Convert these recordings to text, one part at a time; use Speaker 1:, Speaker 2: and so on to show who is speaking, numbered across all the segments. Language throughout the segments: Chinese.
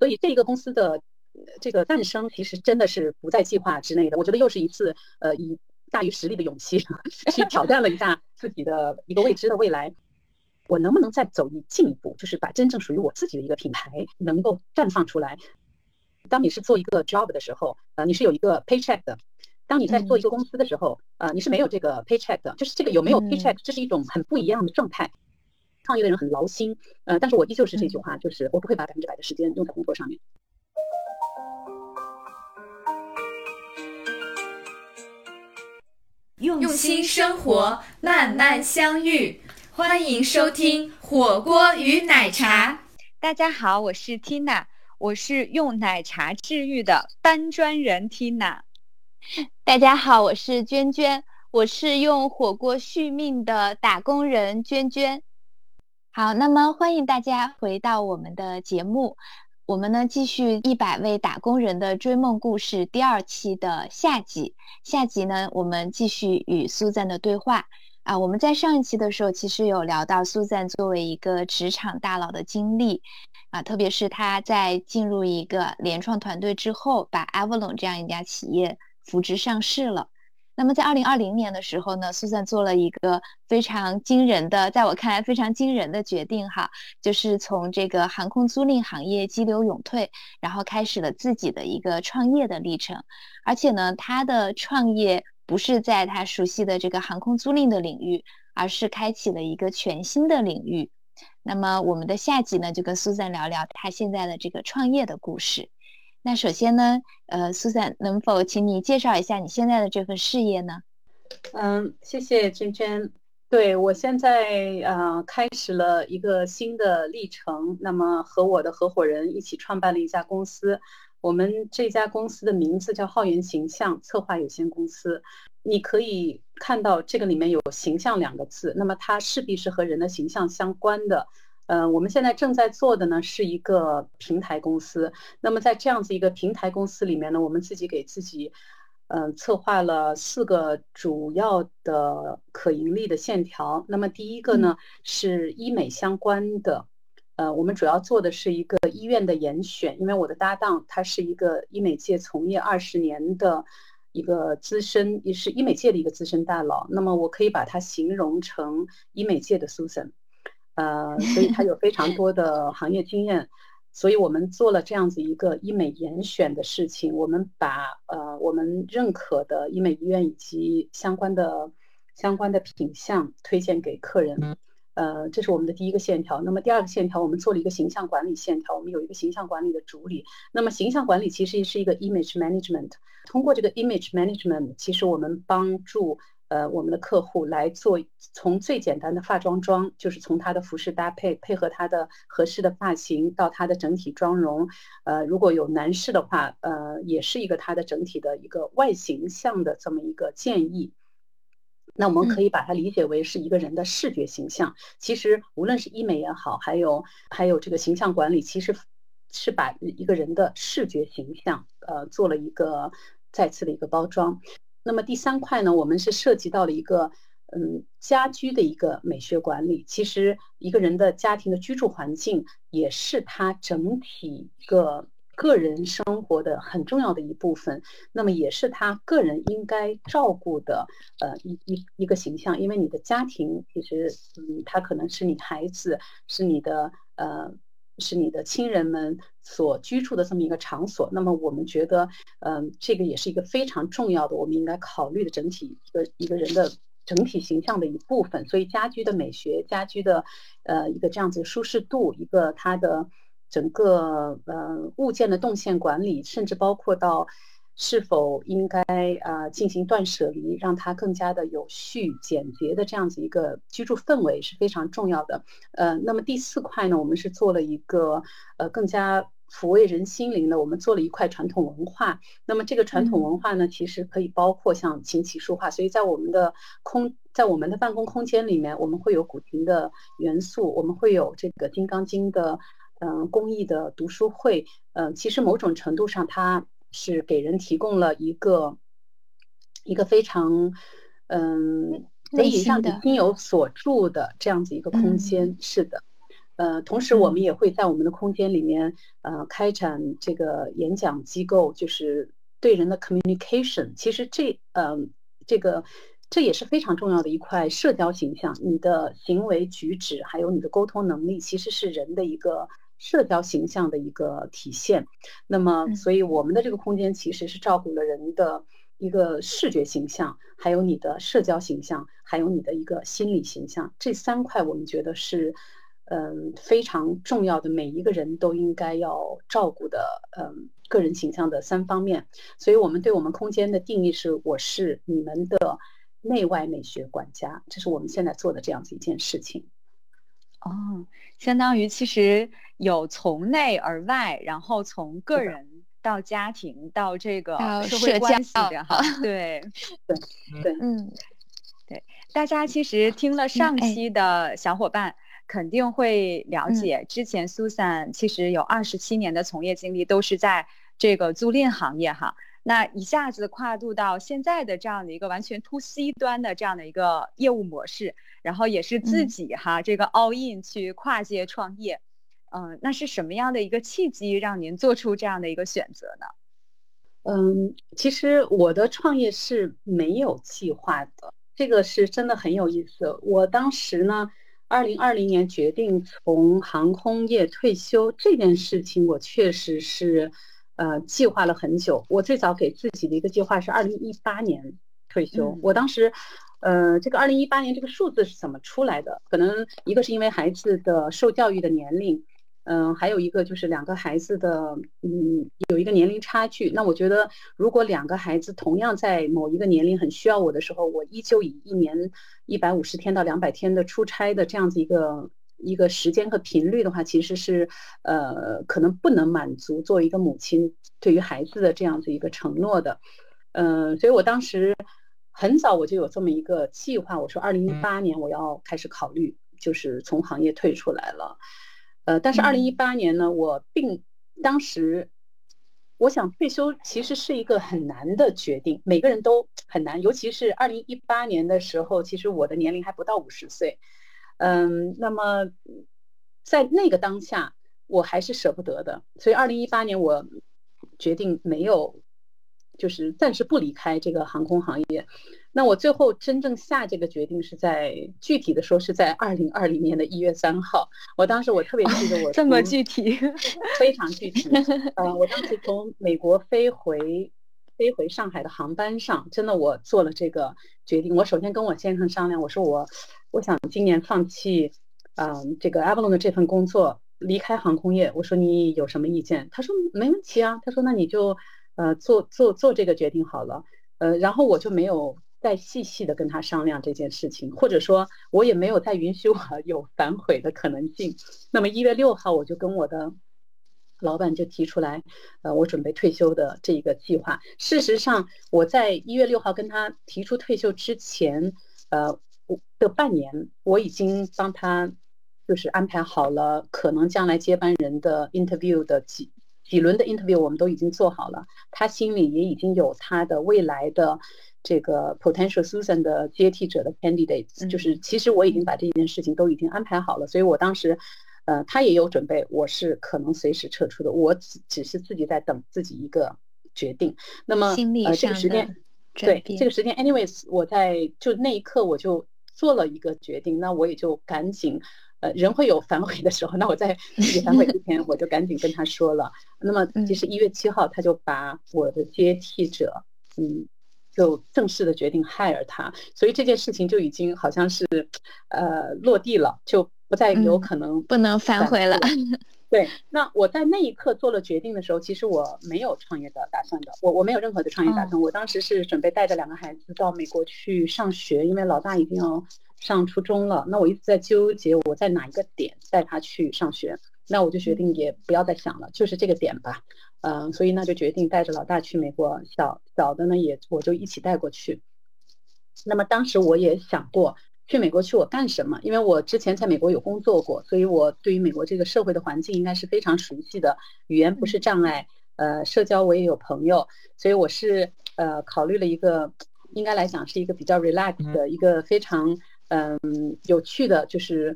Speaker 1: 所以这个公司的这个诞生其实真的是不在计划之内的。我觉得又是一次以大于实力的勇气去挑战了一下自己的一个未知的未来。我能不能再走进一步，就是把真正属于我自己的一个品牌能够绽放出来。当你是做一个 job 的时候，你是有一个 paycheck 的。当你在做一个公司的时候，你是没有这个 paycheck 的，就是这个有没有 paycheck，这是一种很不一样的状态。创业的人很劳心，但是我依旧是这句话，就是我不会把100%的时间用在工作上面。
Speaker 2: 用心生活，慢慢相遇。欢迎收听火锅与奶茶。
Speaker 3: 大家好，我是 Tina， 我是用奶茶治愈的搬砖人 Tina。
Speaker 4: 大家好，我是娟娟，我是用火锅续命的打工人娟娟。好，那么欢迎大家回到我们的节目，我们呢继续100位打工人的追梦故事第2期的下集。下集呢，我们继续与 Susan 的对话。我们在上一期的时候其实有聊到 Susan 作为一个职场大佬的经历特别是她在进入一个联创团队之后，把 Avalon 这样一家企业扶植上市了。那么在2020年的时候呢， Susan 做了一个非常惊人的，在我看来非常惊人的决定就是从这个航空租赁行业激流勇退，然后开始了自己的一个创业的历程。而且呢，他的创业不是在他熟悉的这个航空租赁的领域，而是开启了一个全新的领域。那么我们的下集呢，就跟 Susan 聊聊他现在的这个创业的故事。那首先呢，Susan 能否请你介绍一下你现在的这份事业呢？
Speaker 1: 谢谢娟娟。对，我现在开始了一个新的历程，那么和我的合伙人一起创办了一家公司。我们这家公司的名字叫浩源形象策划有限公司。你可以看到这个里面有形象2个字，那么它势必是和人的形象相关的。我们现在正在做的呢是一个平台公司。那么在这样子一个平台公司里面呢，我们自己给自己策划了4个主要的可盈利的线条。那么第一个呢是医美相关的。我们主要做的是一个医院的严选，因为我的搭档他是一个医美界从业20年的一个资深，也是医美界的一个资深大佬。那么我可以把它形容成医美界的 Susan，所以他有非常多的行业经验。所以我们做了这样子一个医美严选的事情，我们把我们认可的医美医院以及相关的品项推荐给客人。这是我们的第一个线条。那么第2个线条，我们做了一个形象管理线条，我们有一个形象管理的主理。那么形象管理其实是一个 image management， 通过这个 image management， 其实我们帮助我们的客户来做从最简单的化妆妆，就是从他的服饰搭配，配合他的合适的发型，到他的整体妆容。如果有男士的话，也是一个他的整体的一个外形象的这么一个建议。那我们可以把它理解为是一个人的视觉形象。其实无论是医美也好，还有这个形象管理，其实是把一个人的视觉形象做了一个再次的一个包装。那么第3块呢，我们是涉及到了一个家居的一个美学管理。其实一个人的家庭的居住环境也是他整体个人生活的很重要的一部分，那么也是他个人应该照顾的一个形象。因为你的家庭其实他可能是你孩子，是你的亲人们所居住的这么一个场所。那么我们觉得这个也是一个非常重要的，我们应该考虑的整体一个人的整体形象的一部分。所以家居的美学，家居的一个这样子的舒适度，一个它的整个物件的动线管理，甚至包括到是否应该进行断舍离，让它更加的有序简洁的这样子一个居住氛围是非常重要的。那么第4块呢，我们是做了一个更加抚慰人心灵的，我们做了一块传统文化。那么这个传统文化呢，其实可以包括像琴棋书画。所以在我们的办公空间里面，我们会有古琴的元素，我们会有这个金刚经的公益的读书会。其实某种程度上它是给人提供了一个非常可以让你心有所住的这样子一个空间。是的。 同时我们也会在我们的空间里面开展这个演讲机构，就是对人的 communication。其实这也是非常重要的一块社交形象，你的行为举止还有你的沟通能力，其实是人的一个社交形象的一个体现。那么所以我们的这个空间其实是照顾了人的一个视觉形象，还有你的社交形象，还有你的一个心理形象，这3块我们觉得是非常重要的，每一个人都应该要照顾的个人形象的3方面。所以我们对我们空间的定义是，我是你们的内外美学管家，这是我们现在做的这样子一件事情。
Speaker 3: 相当于其实有从内而外，然后从个人到家庭到这个社会关系的哈，对，对，大家其实听了上期的小伙伴肯定会了解，之前 Susan 其实有27年的从业经历，都是在这个租赁行业哈。那一下子跨度到现在的这样的一个完全 to C 端的这样的一个业务模式，然后也是自己这个 all in 去跨界创业，那是什么样的一个契机让您做出这样的一个选择呢？
Speaker 1: 其实我的创业是没有计划的，这个是真的很有意思。我当时呢，2020年决定从航空业退休这件事情，我确实是计划了很久。我最早给自己的一个计划是2018年退休。我当时这个2018年这个数字是怎么出来的？可能一个是因为孩子的受教育的年龄，还有一个就是2个孩子的有一个年龄差距。那我觉得如果2个孩子同样在某一个年龄很需要我的时候，我依旧以1年150天到200天的出差的这样子一个时间和频率的话，其实是可能不能满足作为一个母亲对于孩子的这样子一个承诺的。所以我当时很早我就有这么一个计划，我说2018年我要开始考虑就是从行业退出来了。但是2018年呢，当时我想退休其实是一个很难的决定，每个人都很难，尤其是2018年的时候，其实我的年龄还不到50岁。那么在那个当下我还是舍不得的，所以2018年我决定没有就是暂时不离开这个航空行业。那我最后真正下这个决定是具体的说是在2020年的1月3号。我当时我特别记得
Speaker 3: 这么具体，
Speaker 1: 非常具体。我当时从美国飞回上海的航班上，真的我做了这个决定。我首先跟我先生商量，我说我想今年放弃这个 Avalon 的这份工作，离开航空业。我说你有什么意见？他说没问题啊，他说那你就做这个决定好了。然后我就没有再细细的跟他商量这件事情，或者说我也没有再允许我有反悔的可能性。那么1月6号我就跟我的老板就提出来我准备退休的这一个计划。事实上我在1月6号跟他提出退休之前的半年，我已经帮他就是安排好了可能将来接班人的 interview 的几轮的 interview 我们都已经做好了，他心里也已经有他的未来的这个 potential Susan 的接替者的 candidates， 就是其实我已经把这件事情都已经安排好了。所以我当时他也有准备，我是可能随时撤出的，我只是自己在等自己一个决定。那么这个时间对这个时间 anyways 我就那一刻我就做了一个决定，那我也就赶紧人会有反悔的时候，那我在自己反悔之前我就赶紧跟他说了。那么其实1月7号他就把我的接替者就正式的决定 hire 他，所以这件事情就已经好像是落地了，就不再有可能
Speaker 4: 不能反悔了。
Speaker 1: 对，那我在那一刻做了决定的时候，其实我没有创业的打算的，我没有任何的创业打算。我当时是准备带着2个孩子到美国去上学，因为老大已经要上初中了。那我一直在纠结我在哪一个点带他去上学，那我就决定也不要再想了，就是这个点吧。所以那就决定带着老大去美国，小的呢我就一起带过去。那么当时我也想过去美国去我干什么，因为我之前在美国有工作过，所以我对于美国这个社会的环境应该是非常熟悉的，语言不是障碍，社交我也有朋友，所以我是考虑了一个应该来讲是一个比较 relax 的一个非常有趣的，就是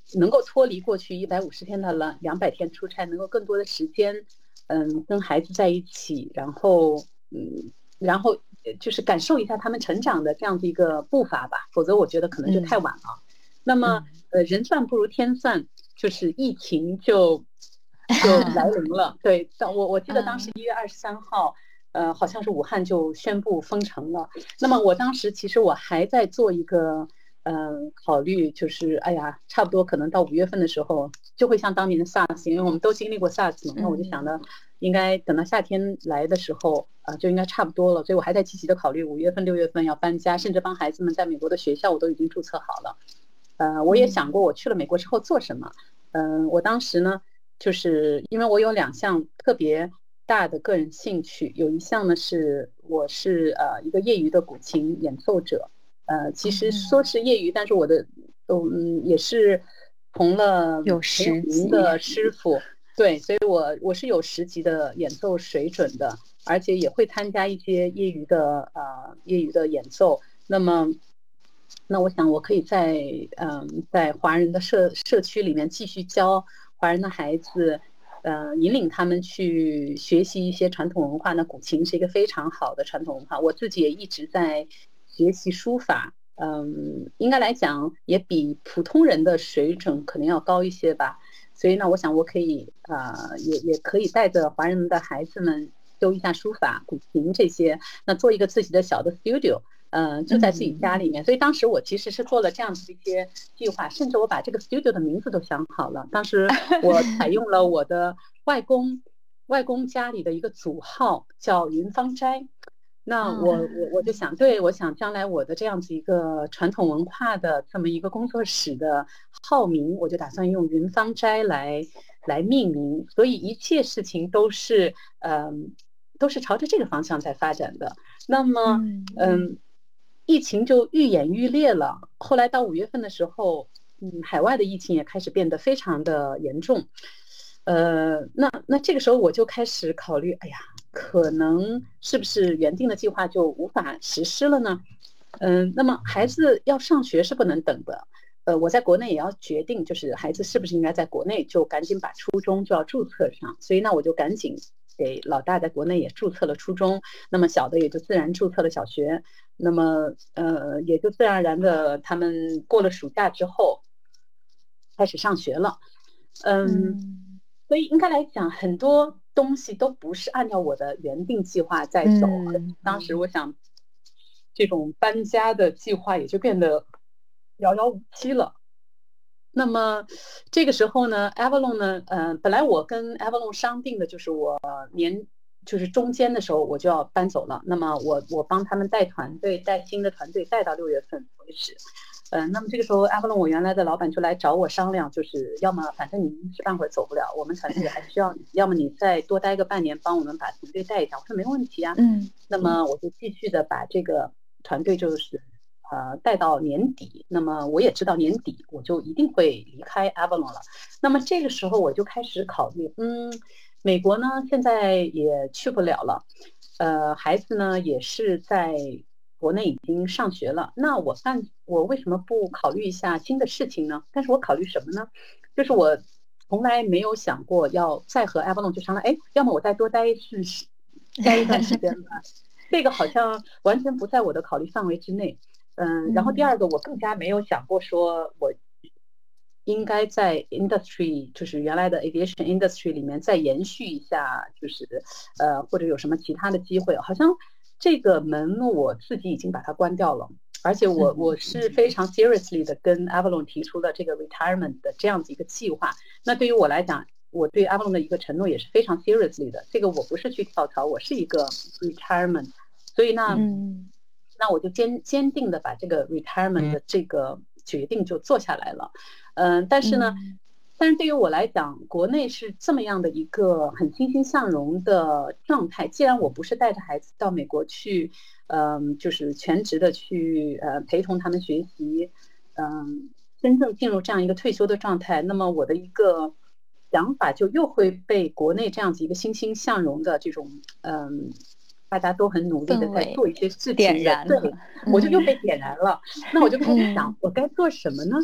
Speaker 1: 能够脱离过去150天的了200天出差，能够更多的时间跟孩子在一起，然后就是感受一下他们成长的这样的一个步伐吧，否则我觉得可能就太晚了。那么人算不如天算，就是疫情就来临了。对，我记得当时1月23号，好像是武汉就宣布封城了。那么我当时其实我还在做一个考虑，就是哎呀，差不多可能到5月份的时候就会像当年的 SARS， 因为我们都经历过 SARS 嘛，那我就想着应该等到夏天来的时候就应该差不多了，所以我还在积极的考虑5月份6月份要搬家，甚至帮孩子们在美国的学校我都已经注册好了。我也想过我去了美国之后做什么。我当时呢，就是因为我有2项特别大的个人兴趣，有一项呢是我是一个业余的古琴演奏者。其实说是业余，但是我的也是从了
Speaker 3: 有10级
Speaker 1: 的师傅，对，所以我是有10级的演奏水准的，而且也会参加一些业余的演奏。那我想我可以在华人的社区里面继续教华人的孩子，引领他们去学习一些传统文化。那古琴是一个非常好的传统文化，我自己也一直在学习书法，应该来讲也比普通人的水准可能要高一些吧。所以呢，我想我可以也可以带着华人的孩子们修一下书法、古琴这些，那做一个自己的小的 studio。就在自己家里面，所以当时我其实是做了这样子的一些计划，甚至我把这个 studio 的名字都想好了。当时我采用了我的外公家里的一个组号，叫云芳斋。那我就想，对，我想将来我的这样子一个传统文化的这么一个工作室的号名，我就打算用云芳斋来命名。所以一切事情都是朝着这个方向在发展的。那么疫情就愈演愈烈了。后来到5月份的时候，海外的疫情也开始变得非常的严重。那这个时候我就开始考虑，哎呀，可能是不是原定的计划就无法实施了呢？那么孩子要上学是不能等的。我在国内也要决定，就是孩子是不是应该在国内就赶紧把初中就要注册上。所以呢，我就赶紧给老大在国内也注册了初中，那么小的也就自然注册了小学。那么也就自然而然的，他们过了暑假之后开始上学了。所以应该来讲，很多东西都不是按照我的原定计划在走。当时我想，这种搬家的计划也就变得遥遥无期了。那么这个时候呢 ，Avalon 呢，本来我跟 Avalon 商定的就是我就是中间的时候我就要搬走了。那么我帮他们带新的团队带到6月份为止。那么这个时候 Avalon 我原来的老板就来找我商量，就是要么反正你一时半会儿走不了，我们团队还需要你，要么你再多待个半年帮我们把团队带一下。我说没问题啊。那么我就继续的把这个团队就是带到年底。那么我也知道年底我就一定会离开 Avalon 了。那么这个时候我就开始考虑，美国呢现在也去不了了，孩子呢也是在国内已经上学了。那我为什么不考虑一下新的事情呢？但是我考虑什么呢？就是我从来没有想过要再和 Avalon 去商量，要么我再多待一段时间吧。这个好像完全不在我的考虑范围之内。然后第二个，我更加没有想过说我应该在 industry 就是原来的 aviation industry 里面再延续一下，就是或者有什么其他的机会。好像这个门我自己已经把它关掉了。而且我是非常 seriously 的跟 Avalon 提出了这个 retirement 的这样子一个计划。那对于我来讲，我对 Avalon 的一个承诺也是非常 seriously 的。这个我不是去跳槽，我是一个 retirement。所以那我就坚定的把这个 retirement 的这个决定就做下来了。但是对于我来讲，国内是这么样的一个很欣欣向荣的状态。既然我不是带着孩子到美国去，就是全职的去陪同他们学习，真正进入这样一个退休的状态，那么我的一个想法就又会被国内这样子一个欣欣向荣的这种大家都很努力的在做一些事情，
Speaker 3: 点燃了，
Speaker 1: 对，我就又被点燃了。那我就开始想，我该做什么呢？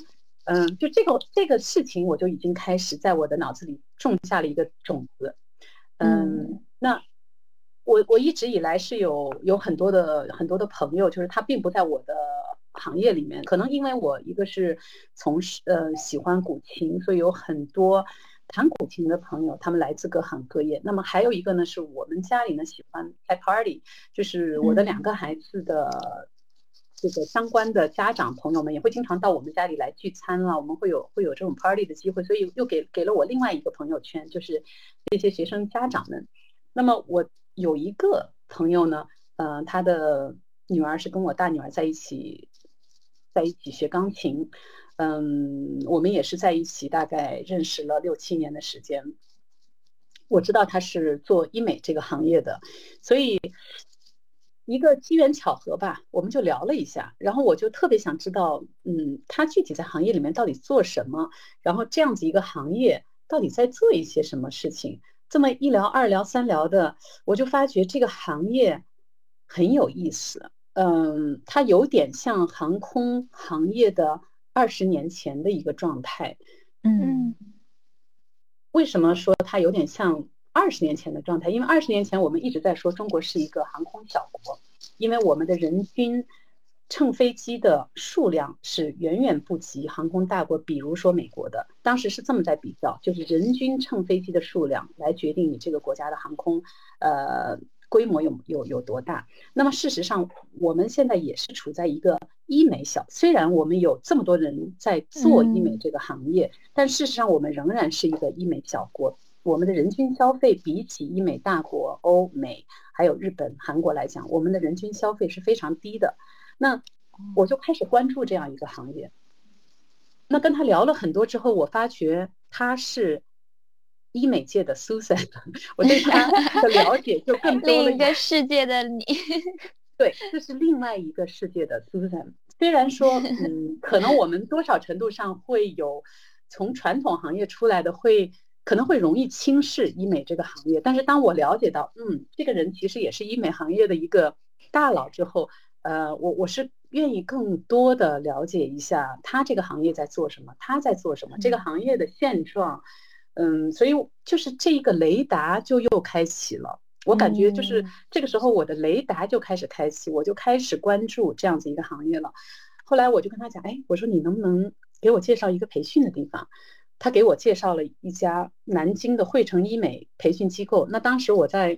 Speaker 1: 就这个事情，我就已经开始在我的脑子里种下了一个种子。那我一直以来是有很多的朋友，就是他并不在我的行业里面，可能因为我一个是从事喜欢古琴，所以有很多弹古琴的朋友，他们来自各行各业。那么还有一个呢，是我们家里呢喜欢开 party， 就是我的2个孩子的这个相关的家长朋友们也会经常到我们家里来聚餐了，我们会有这种 party 的机会，所以又给了我另外一个朋友圈，就是这些学生家长们。那么我有一个朋友呢，他的女儿是跟我大女儿在一起学钢琴，我们也是在一起大概认识了6、7年的时间。我知道他是做医美这个行业的，所以一个机缘巧合吧，我们就聊了一下，然后我就特别想知道，他具体在行业里面到底做什么，然后这样子一个行业到底在做一些什么事情。这么一聊二聊三聊的，我就发觉这个行业很有意思。它有点像航空行业的20年前的一个状态。为什么说它有点像20年前的状态？因为20年前我们一直在说中国是一个航空小国，因为我们的人均乘飞机的数量是远远不及航空大国，比如说美国的。当时是这么在比较，就是人均乘飞机的数量来决定你这个国家的航空规模有多大。那么事实上我们现在也是处在一个医美小，虽然我们有这么多人在做医美这个行业，但事实上我们仍然是一个医美小国。我们的人均消费比起医美大国欧美还有日本韩国来讲，我们的人均消费是非常低的。那我就开始关注这样一个行业。那跟他聊了很多之后，我发觉他是医美界的 Susan， 我对他的了解就更多了。
Speaker 4: 另一个世界的你。
Speaker 1: 对，这是另外一个世界的 Susan。虽然说，可能我们多少程度上会有从传统行业出来的可能会容易轻视医美这个行业，但是当我了解到，这个人其实也是医美行业的一个大佬之后，我是愿意更多的了解一下他这个行业在做什么，他在做什么，这个行业的现状，所以就是这一个雷达就又开启了。我感觉就是这个时候我的雷达就开始开启，我就开始关注这样子一个行业了。后来我就跟他讲，我说你能不能给我介绍一个培训的地方？他给我介绍了一家南京的汇成医美培训机构。那当时我在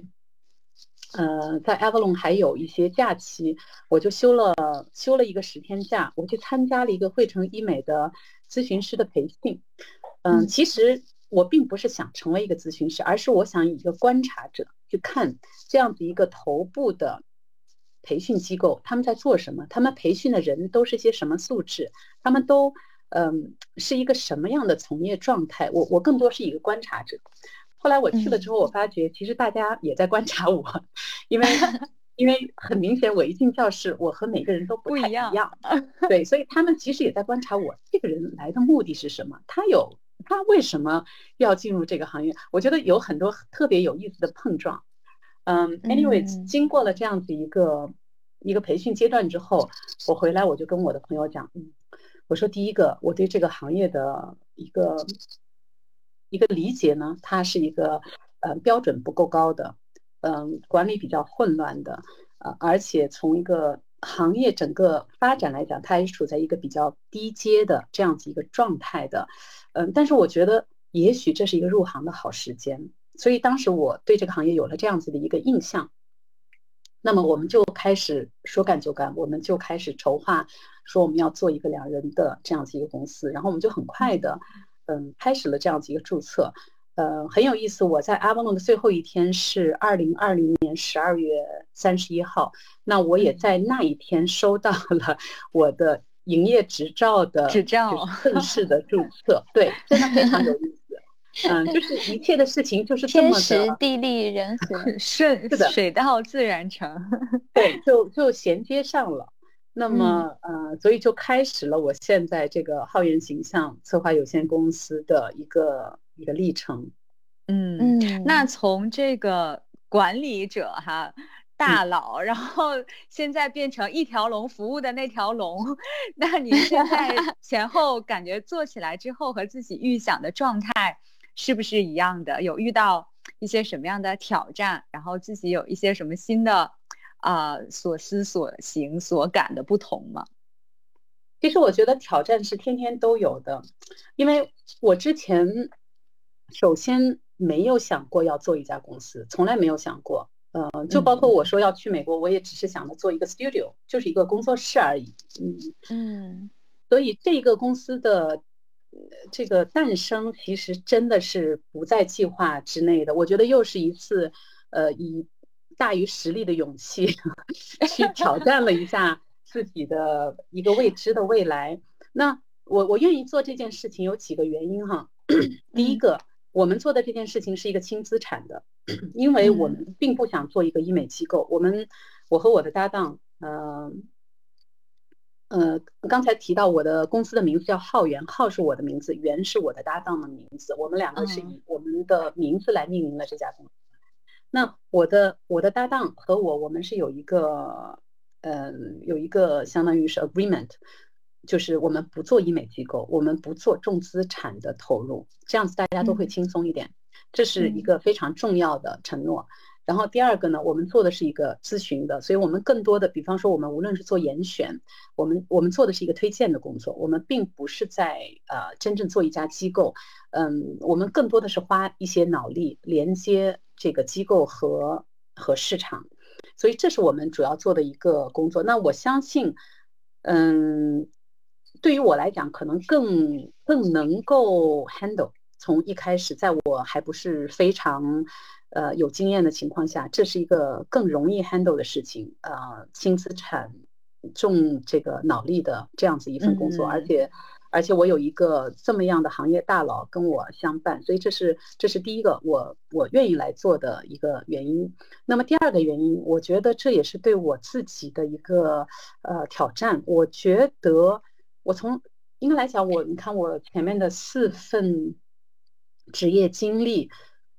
Speaker 1: Avalon 还有一些假期，我就休了一个10天假，我去参加了一个汇成医美的咨询师的培训。其实我并不是想成为一个咨询师，而是我想以一个观察者去看这样子一个头部的培训机构他们在做什么，他们培训的人都是些什么素质，他们都是一个什么样的从业状态。我更多是一个观察者。后来我去了之后，我发觉其实大家也在观察我，因为很明显我一进教室，我和每个人都不太一样。对，所以他们其实也在观察我这个人来的目的是什么，他为什么要进入这个行业。我觉得有很多特别有意思的碰撞。anyways， 经过了这样子一个培训阶段之后，我回来我就跟我的朋友讲，我说第一个，我对这个行业的一个理解呢，它是一个标准不够高的，管理比较混乱的，而且从一个行业整个发展来讲，它也处在一个比较低阶的这样子一个状态的。但是我觉得也许这是一个入行的好时间，所以当时我对这个行业有了这样子的一个印象。那么我们就开始说干就干，我们就开始筹划说我们要做一个2人的这样子一个公司，然后我们就很快的开始了这样子一个注册。很有意思，我在 Avalon 的最后一天是2020年12月31号，那我也在那一天收到了我的营业执照的正式的注册。对，真的非常有意思。就是一切的事情就是这么的
Speaker 4: 天时地利人和，
Speaker 3: 水到自然成。
Speaker 1: 对，就衔接上了。那么所以就开始了我现在这个浩源形象策划有限公司的一个历程。
Speaker 3: 那从这个管理者大佬，然后现在变成一条龙服务的那条龙。那你现在前后感觉做起来之后和自己预想的状态是不是一样的？有遇到一些什么样的挑战？然后自己有一些什么新的所思所行所感的不同吗？
Speaker 1: 其实我觉得挑战是天天都有的，因为我之前首先没有想过要做一家公司，从来没有想过。就包括我说要去美国，我也只是想着做一个 studio， 就是一个工作室而已。所以这个公司的这个诞生，其实真的是不在计划之内的。我觉得又是一次以大于实力的勇气去挑战了一下自己的一个未知的未来。那我愿意做这件事情有几个原因哈。第一个，我们做的这件事情是一个轻资产的，因为我们并不想做一个医美机构。我和我的搭档，刚才提到我的公司的名字叫浩源，浩是我的名字，源是我的搭档的名字，我们两个是以我们的名字来命名了这家公司。那我的搭档和我们是有一个相当于是 agreement， 就是我们不做医美机构，我们不做重资产的投入，这样子大家都会轻松一点，这是一个非常重要的承诺。然后第二个呢，我们做的是一个咨询的，所以我们更多的，比方说我们无论是做严选，我们做的是一个推荐的工作，我们并不是在真正做一家机构。我们更多的是花一些脑力连接这个机构和市场，所以这是我们主要做的一个工作。那我相信对于我来讲可能更能够 handle， 从一开始在我还不是非常有经验的情况下，这是一个更容易 handle 的事情。轻资产重这个脑力的这样子一份工作，而且我有一个这么样的行业大佬跟我相伴，所以这是第一个我愿意来做的一个原因。那么第二个原因，我觉得这也是对我自己的一个挑战。我觉得应该来讲，你看我前面的4份职业经历，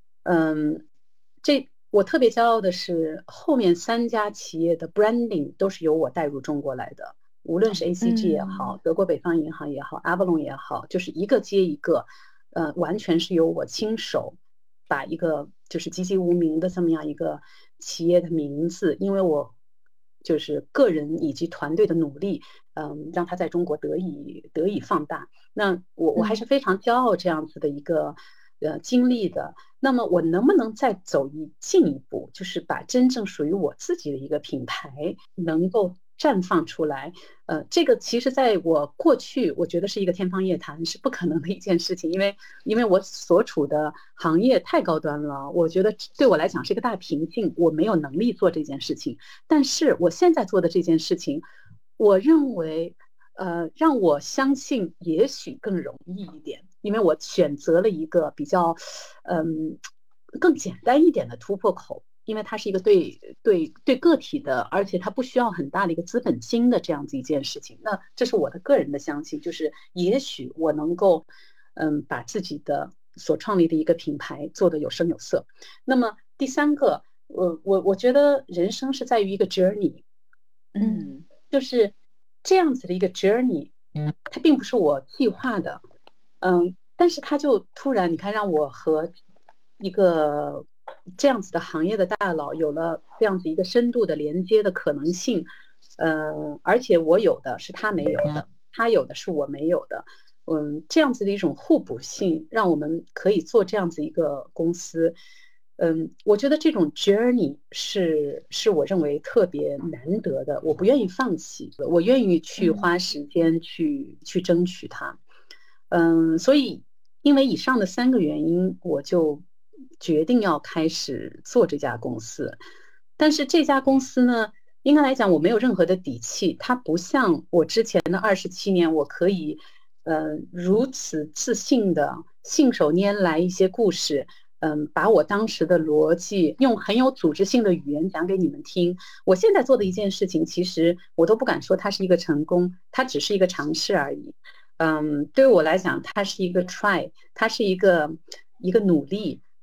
Speaker 1: 我特别骄傲的是后面3家企业的 branding 都是由我带入中国来的。无论是 ACG 也好，德国北方银行也好，Avalon 也好，就是一个接一个，完全是由我亲手把一个就是籍籍无名的这么样一个企业的名字，因为我就是个人以及团队的努力，让它在中国得以放大。那我还是非常骄傲这样子的一个经历的。那么我能不能再走进一步，就是把真正属于我自己的一个品牌能够绽放出来？这个其实在我过去我觉得是一个天方夜谭，是不可能的一件事情，因为我所处的行业太高端了，我觉得对我来讲是一个大瓶颈，我没有能力做这件事情。但是我现在做的这件事情，我认为让我相信也许更容易一点，因为我选择了一个比较更简单一点的突破口，因为它是一个对个体的，而且它不需要很大的一个资本金的这样子一件事情。那这是我的个人的相信，就是也许我能够把自己的所创立的一个品牌做得有声有色。那么第三个，我觉得人生是在于一个 journey， 就是这样子的一个 journey， 它并不是我计划的，但是它就突然，你看，让我和一个这样子的行业的大佬有了这样子一个深度的连接的可能性，而且我有的是他没有的，他有的是我没有的，这样子的一种互补性，让我们可以做这样子一个公司。我觉得这种 journey 是我认为特别难得的，我不愿意放弃，我愿意去花时间去争取它。所以因为以上的3个原因，我就决定要开始做这家公司。但是这家公司呢，应该来讲我没有任何的底气，它不像我之前的27年，我可以如此自信的信手拈来一些故事，把我当时的逻辑用很有组织性的语言讲给你们听。我现在做的一件事情，其实我都不敢说它是一个成功，它只是一个尝试而已。对于我来讲，它是一个 try， 它是一个努力。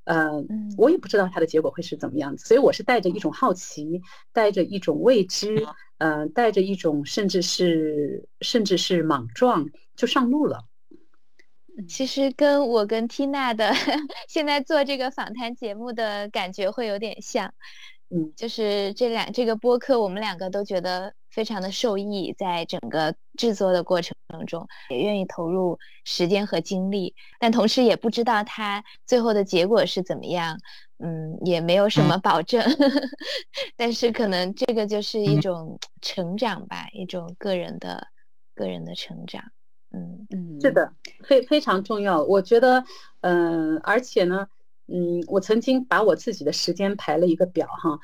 Speaker 1: 我也不知道它的结果会是怎么样，所以我是带着一种好奇，带着一种未知，带着一种甚至是莽撞就上路了。
Speaker 4: 其实跟我跟缇娜的现在做这个访谈节目的感觉会有点像，就是这个播客我们两个都觉得非常的受益，在整个制作的过程中也愿意投入时间和精力，但同时也不知道它最后的结果是怎么样，也没有什么保证但是可能这个就是一种成长吧，一种个人的成长。
Speaker 1: 是的，非常重要。我觉得，而且呢，我曾经把我自己的时间排了一个表哈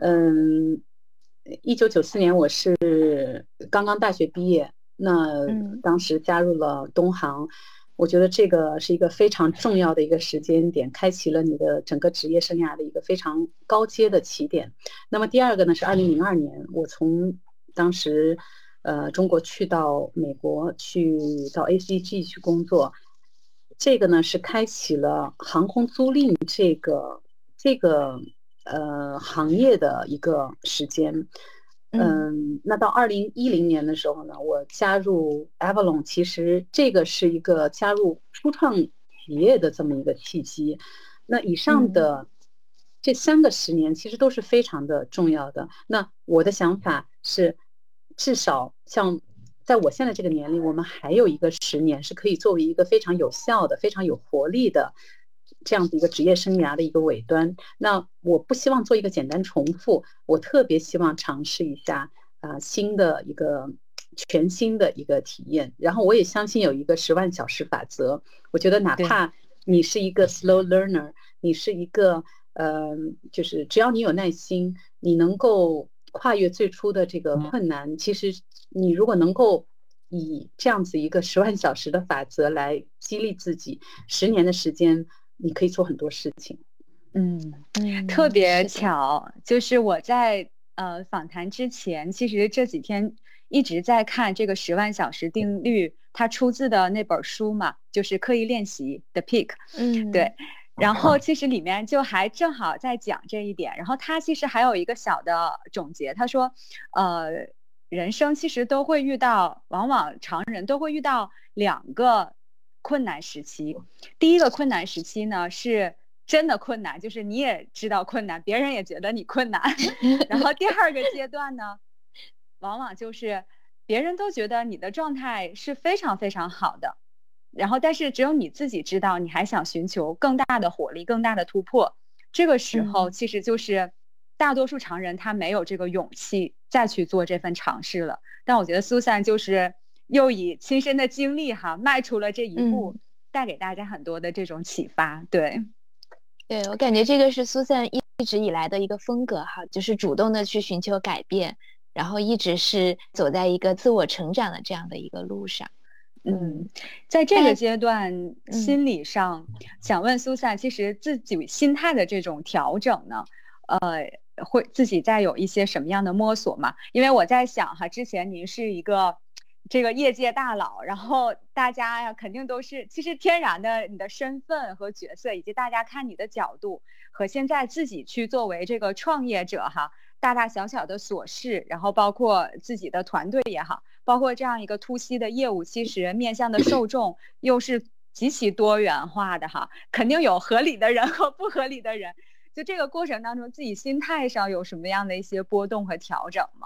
Speaker 1: ，1994年我是刚刚大学毕业，那当时加入了东航，我觉得这个是一个非常重要的一个时间点，开启了你的整个职业生涯的一个非常高阶的起点。那么第二个呢是2002年，我从当时中国去到美国，到 ACG 去工作，这个呢是开启了航空租赁这个行业的一个时间。那到2010年的时候呢，我加入 Avalon， 其实这个是一个加入初创企业的这么一个契机。那以上的这3个10年其实都是非常的重要的。那我的想法是，至少像在我现在这个年龄，我们还有一个10年是可以作为一个非常有效的、非常有活力的这样的一个职业生涯的一个尾端。那我不希望做一个简单重复，我特别希望尝试一下新的一个全新的一个体验。然后我也相信有一个10万小时法则，我觉得哪怕你是一个 slow learner， 你是一个就是只要你有耐心，你能够跨越最初的这个困难，其实你如果能够以这样子一个10万小时的法则来激励自己，10年的时间你可以做很多事情。
Speaker 3: 特别巧，就是我在访谈之前，其实这几天一直在看这个10万小时定律，它出自的那本书嘛，就是刻意练习的 Peak。对。然后其实里面就还正好在讲这一点，然后他其实还有一个小的总结，他说人生其实都会遇到，往往常人都会遇到2个困难时期。第一个困难时期呢是真的困难，就是你也知道困难，别人也觉得你困难然后第2个阶段呢往往就是别人都觉得你的状态是非常非常好的，然后但是只有你自己知道你还想寻求更大的火力、更大的突破，这个时候其实就是大多数常人他没有这个勇气再去做这份尝试了。但我觉得 Susan 就是又以亲身的经历迈出了这一步，带给大家很多的这种启发。对，
Speaker 4: 我感觉这个是 Susan 一直以来的一个风格就是主动的去寻求改变，然后一直是走在一个自我成长的这样的一个路上。
Speaker 3: 在这个阶段心理上想问 Susan， 其实自己心态的这种调整呢会自己再有一些什么样的摸索吗？因为我在想之前您是一个这个业界大佬，然后大家呀肯定都是其实天然的你的身份和角色，以及大家看你的角度，和现在自己去作为这个创业者大大小小的琐事，然后包括自己的团队也好，包括这样一个突袭的业务，其实面向的受众又是极其多元化的肯定有合理的人和不合理的人。就这个过程当中，自己心态上有什么样的一些波动和调整吗？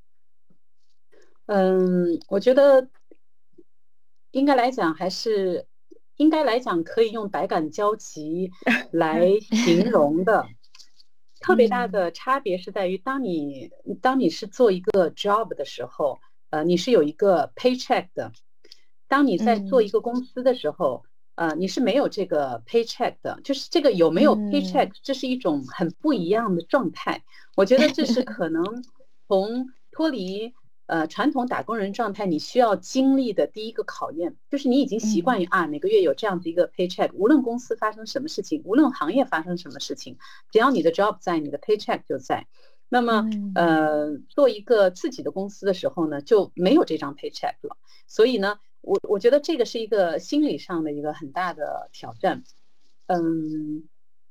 Speaker 1: 我觉得应该来讲可以用百感交集来形容的。特别大的差别是在于，当你是做一个 job 的时候，你是有一个 paycheck 的；当你在做一个公司的时候，你是没有这个 paycheck 的。就是这个有没有 paycheck，这是一种很不一样的状态。我觉得这是可能从脱离传统打工人状态你需要经历的第一个考验，就是你已经习惯于每个月有这样子一个 paycheck， 无论公司发生什么事情，无论行业发生什么事情，只要你的 job 在，你的 paycheck 就在。那么做一个自己的公司的时候呢，就没有这张 paycheck 了。所以呢我觉得这个是一个心理上的一个很大的挑战。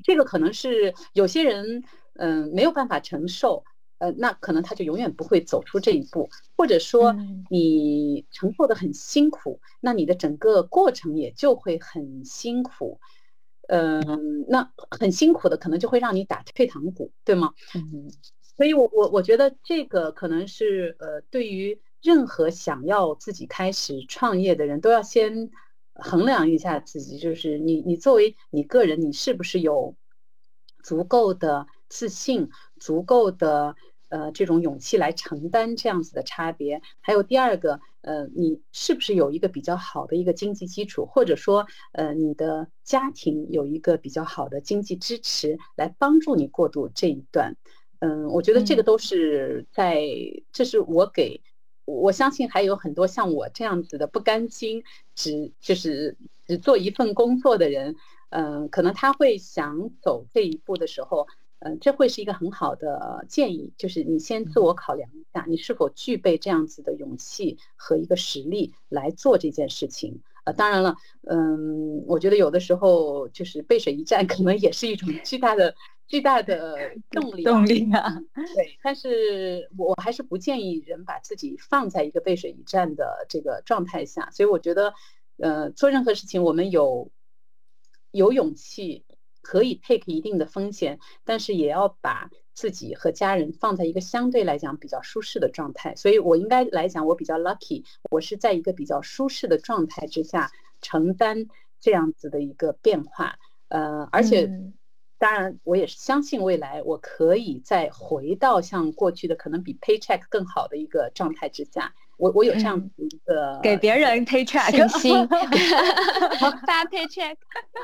Speaker 1: 这个可能是有些人没有办法承受，那可能他就永远不会走出这一步，或者说你承受的很辛苦，那你的整个过程也就会很辛苦。那很辛苦的可能就会让你打退堂鼓，对吗？所以我觉得这个可能是对于任何想要自己开始创业的人都要先衡量一下自己，就是你作为你个人，你是不是有足够的自信，足够的这种勇气来承担这样子的差别。还有第二个，你是不是有一个比较好的一个经济基础，或者说你的家庭有一个比较好的经济支持来帮助你过渡这一段。我觉得这个都是这是我相信还有很多像我这样子的不甘心，只做一份工作的人，可能他会想走这一步的时候，这会是一个很好的建议，就是你先自我考量一下，你是否具备这样子的勇气和一个实力来做这件事情。当然了，我觉得有的时候就是背水一战，可能也是一种巨大的动力啊。对，但是我还是不建议人把自己放在一个背水一战的这个状态下。所以我觉得，做任何事情我们有勇气，可以 take 一定的风险，但是也要把自己和家人放在一个相对来讲比较舒适的状态。所以我应该来讲，我比较 lucky， 我是在一个比较舒适的状态之下承担这样子的一个变化。而且当然我也是相信未来我可以再回到像过去的可能比 paycheck 更好的一个状态之下。我有这样子一个
Speaker 3: 给别人 paycheck
Speaker 4: 信心发 paycheck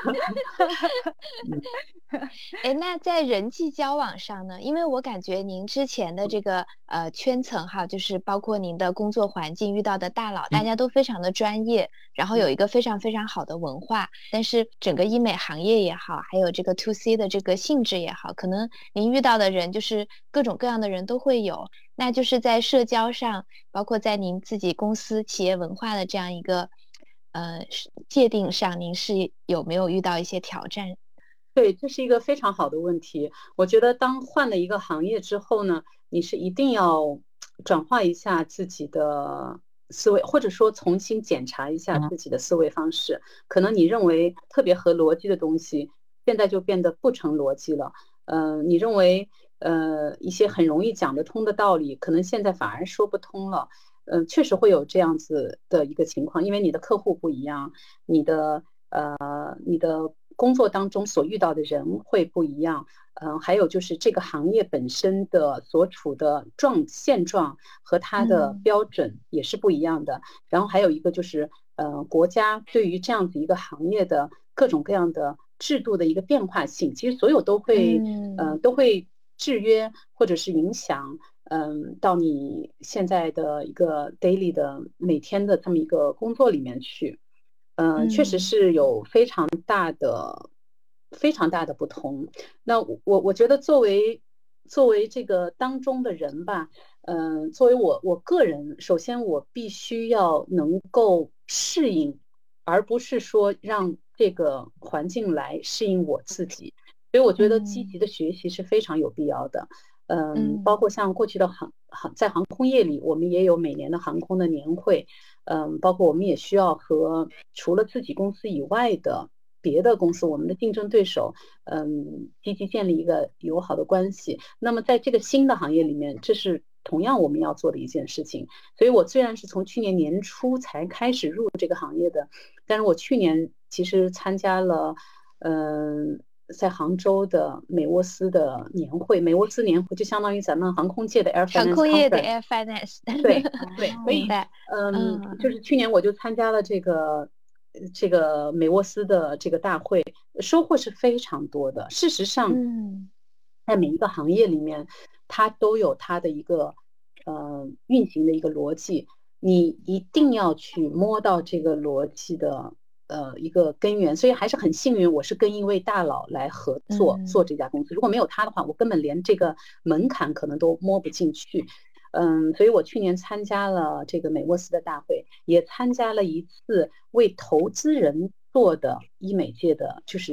Speaker 4: 那在人际交往上呢，因为我感觉您之前的这个圈层哈，就是包括您的工作环境遇到的大佬，大家都非常的专业，然后有一个非常非常好的文化，但是整个医美行业也好，还有这个 to C 的这个性质也好，可能您遇到的人就是各种各样的人都会有，那就是在社交上，包括在您自己公司企业文化的这样一个界定上，您是有没有遇到一些挑战？
Speaker 1: 对，这是一个非常好的问题。我觉得当换了一个行业之后呢，你是一定要转化一下自己的思维，或者说重新检查一下自己的思维方式。可能你认为特别合逻辑的东西，现在就变得不成逻辑了。你认为一些很容易讲得通的道理，可能现在反而说不通了。确实会有这样子的一个情况，因为你的客户不一样，你的工作当中所遇到的人会不一样，还有就是这个行业本身的所处的现状和它的标准也是不一样的。然后还有一个就是，国家对于这样子一个行业的各种各样的制度的一个变化性，其实所有都会制约或者是影响，到你现在的一个 daily 的每天的这么一个工作里面去。确实是有非常大的不同。那我觉得作为这个当中的人吧，作为我个人，首先我必须要能够适应，而不是说让这个环境来适应我自己。所以我觉得积极的学习是非常有必要的。包括像过去的在航空业里，我们也有每年的航空的年会。包括我们也需要和除了自己公司以外的别的公司，我们的竞争对手，积极建立一个友好的关系。那么在这个新的行业里面，这是同样我们要做的一件事情。所以我虽然是从去年年初才开始入这个行业的，但是我去年其实参加了，在杭州的美沃斯的年会，美沃斯年会就相当于咱们航空界的 Air Finance，
Speaker 4: 航空业的 Air Finance，
Speaker 1: 对，所以就是去年我就参加了这个美沃斯的这个大会，收获是非常多的。事实上，在每一个行业里面，它都有它的一个运行的一个逻辑，你一定要去摸到这个逻辑的一个根源。所以还是很幸运，我是跟一位大佬来合作做这家公司。如果没有他的话，我根本连这个门槛可能都摸不进去。所以我去年参加了这个美沃斯的大会，也参加了一次为投资人做的医美界的，就是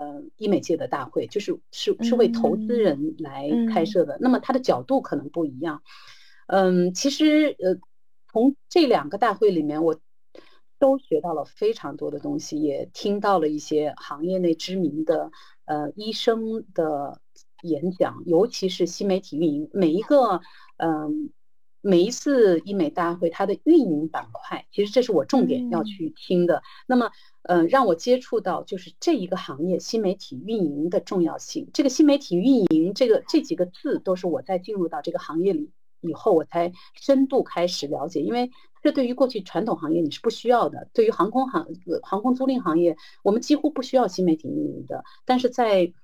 Speaker 1: 医美界的大会，是为投资人来开设的。那么它的角度可能不一样。其实从这2个大会里面，我都学到了非常多的东西，也听到了一些行业内知名的医生的演讲，尤其是新媒体运营。每一次医美大会，它的运营板块，其实这是我重点要去听的。那么，让我接触到就是这一个行业新媒体运营的重要性。这个新媒体运营这几个字，都是我在进入到这个行业里以后，我才深度开始了解。因为这对于过去传统行业你是不需要的，对于航空租赁行业，我们几乎不需要新媒体运营的。但是在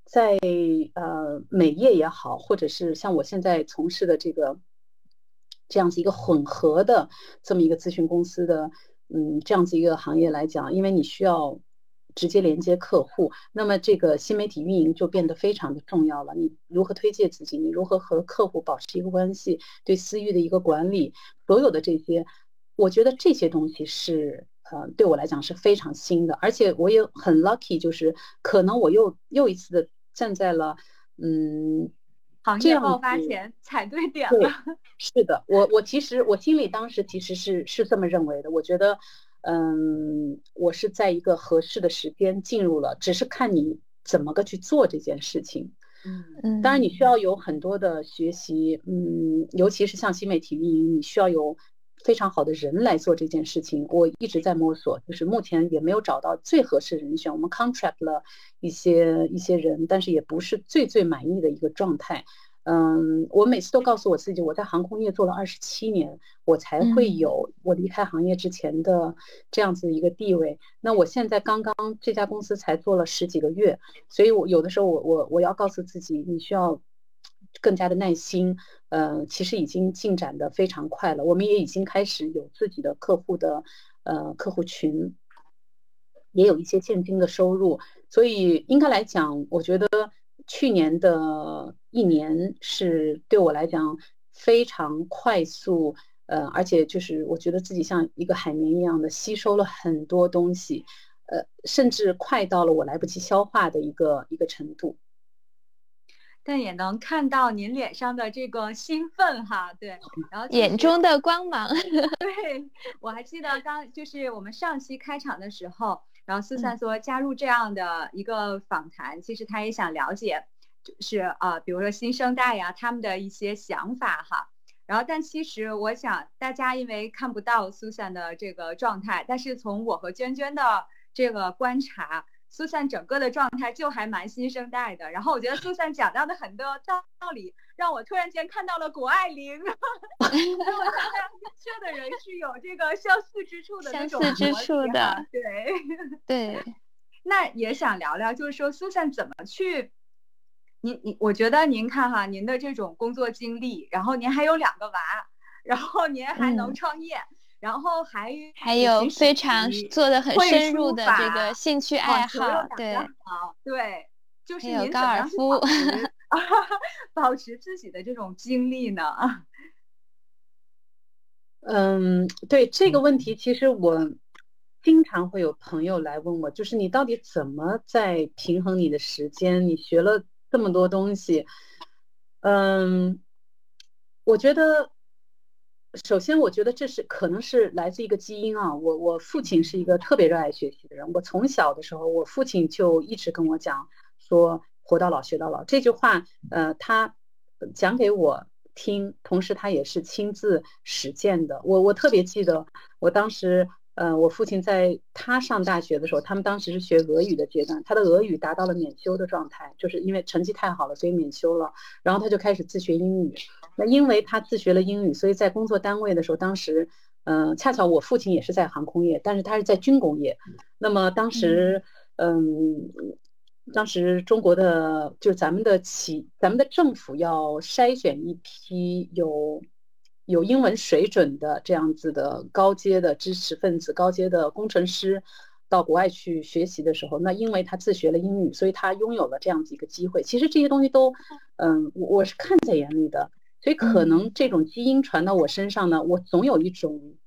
Speaker 1: 美业也好，或者是像我现在从事的这样子一个混合的这么一个咨询公司的这样子一个行业来讲，因为你需要直接连接客户，那么这个新媒体运营就变得非常的重要了。你如何推介自己，你如何和客户保持一个关系，对私域的一个管理，所有的这些，我觉得这些东西是对我来讲是非常新的。而且我也很 lucky， 就是可能我又一次的站在了
Speaker 3: 行业爆发前踩对点了。
Speaker 1: 是的，我其实我心里当时其实是这么认为的。我觉得我是在一个合适的时间进入了，只是看你怎么个去做这件事情。当然你需要有很多的学习，尤其是像新媒体运营，你需要有非常好的人来做这件事情。我一直在摸索，就是目前也没有找到最合适的人选。我们 contract 了一些人，但是也不是最满意的一个状态。我每次都告诉我自己，我在航空业做了27年，我才会有我离开行业之前的这样子一个地位。那我现在刚刚这家公司才做了10几个月，所以我有的时候我要告诉自己，你需要更加的耐心。其实已经进展的非常快了，我们也已经开始有自己的客户群，也有一些现金的收入。所以应该来讲，我觉得去年的1年是对我来讲非常快速，而且就是我觉得自己像一个海绵一样的吸收了很多东西，甚至快到了我来不及消化的一个程度。
Speaker 3: 但也能看到您脸上的这个兴奋哈，对，然后
Speaker 4: 眼中的光芒。
Speaker 3: 对，我还记得就是我们上期开场的时候，然后Susan说加入这样的一个访谈，其实他也想了解，就是比如说新生代呀，他们的一些想法哈。然后，但其实我想大家因为看不到Susan的这个状态，但是从我和娟娟的这个观察，Susan整个的状态就还蛮新生代的。然后我觉得Susan讲到的很多道理，让我突然间看到了谷爱凌。我现在优秀的人是有这个相似之处的那种
Speaker 4: 相似之处的，对。
Speaker 3: 那也想聊聊，就是说Susan怎么去，我觉得您看哈，您的这种工作经历，然后您还有2个娃，然后您还能创业。然后还
Speaker 4: 有非常做的很深入的这个兴趣爱好，
Speaker 3: 对，就是
Speaker 4: 您高尔夫
Speaker 3: 保持自己的这种精力呢？
Speaker 1: 对这个问题，其实我经常会有朋友来问我，就是你到底怎么在平衡你的时间？你学了这么多东西，我觉得。首先我觉得这可能是来自一个基因啊，我父亲是一个特别热爱学习的人。我从小的时候，我父亲就一直跟我讲说活到老学到老这句话，他讲给我听，同时他也是亲自实践的。我特别记得我当时我父亲在他上大学的时候，他们当时是学俄语的阶段，他的俄语达到了免修的状态，就是因为成绩太好了，所以免修了。然后他就开始自学英语。那因为他自学了英语，所以在工作单位的时候，当时恰巧我父亲也是在航空业，但是他是在军工业。那么当时中国的就是咱们的政府要筛选一批有英文水准的这样子的高阶的知识分子、高阶的工程师到国外去学习的时候，那因为他自学了英语，所以他拥有了这样子一个机会。其实这些东西都我是看在眼里的，所以可能这种基因传到我身上呢，我总有一种